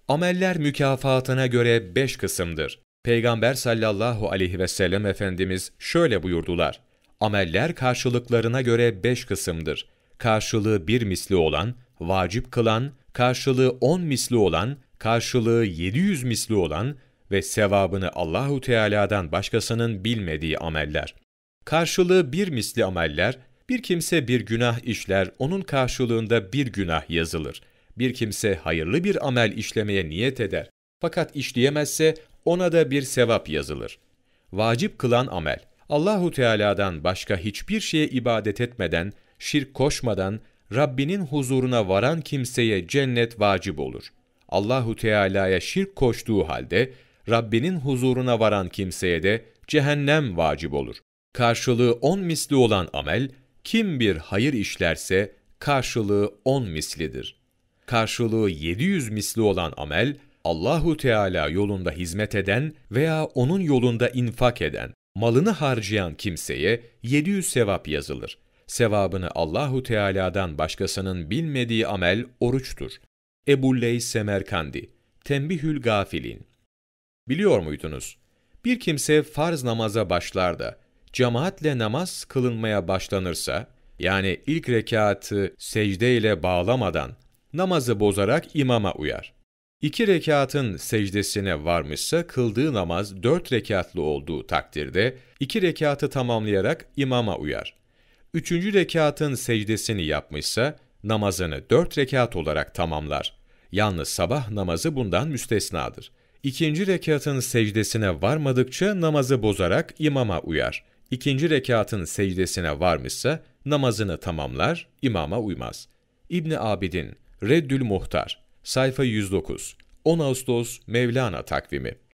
Ameller mükafatına göre 5 kısımdır. Peygamber sallallahu aleyhi ve sellem Efendimiz şöyle buyurdular: Ameller karşılıklarına göre 5 kısımdır. Karşılığı 1 misli olan, vacip kılan, karşılığı 10 misli olan, karşılığı 700 misli olan ve sevabını Allahu Teala'dan başkasının bilmediği ameller. Karşılığı 1 misli ameller, bir kimse bir günah işler, onun karşılığında bir günah yazılır. Bir kimse hayırlı bir amel işlemeye niyet eder, fakat işleyemezse ona da bir sevap yazılır. Vacip kılan amel, Allahu Teala'dan başka hiçbir şeye ibadet etmeden, şirk koşmadan Rabbinin huzuruna varan kimseye cennet vacip olur. Allahu Teala'ya şirk koştuğu halde Rabbinin huzuruna varan kimseye de cehennem vacip olur. Karşılığı 10 misli olan amel, kim bir hayır işlerse karşılığı 10 mislidir. Karşılığı 700 misli olan amel, Allahu Teala yolunda hizmet eden veya onun yolunda infak eden, malını harcayan kimseye 700 sevap yazılır. Sevabını Allahu Teala'dan başkasının bilmediği amel oruçtur. Ebu'l-Leys Semerkandi, Tembihül Gafilin. Biliyor muydunuz? Bir kimse farz namaza başlar da, cemaatle namaz kılınmaya başlanırsa, yani ilk rekatı secde ile bağlamadan, namazı bozarak imama uyar. 2 rekatın secdesine varmışsa, kıldığı namaz 4 rekatlı olduğu takdirde, 2 rekatı tamamlayarak imama uyar. 3. rekatın secdesini yapmışsa, namazını 4 rekat olarak tamamlar. Yalnız sabah namazı bundan müstesnadır. 2. rekatın secdesine varmadıkça namazı bozarak imama uyar. 2. rekatın secdesine varmışsa namazını tamamlar, imama uymaz. İbn Abidin, Reddül Muhtar, sayfa 109, 10 Ağustos Mevlana takvimi.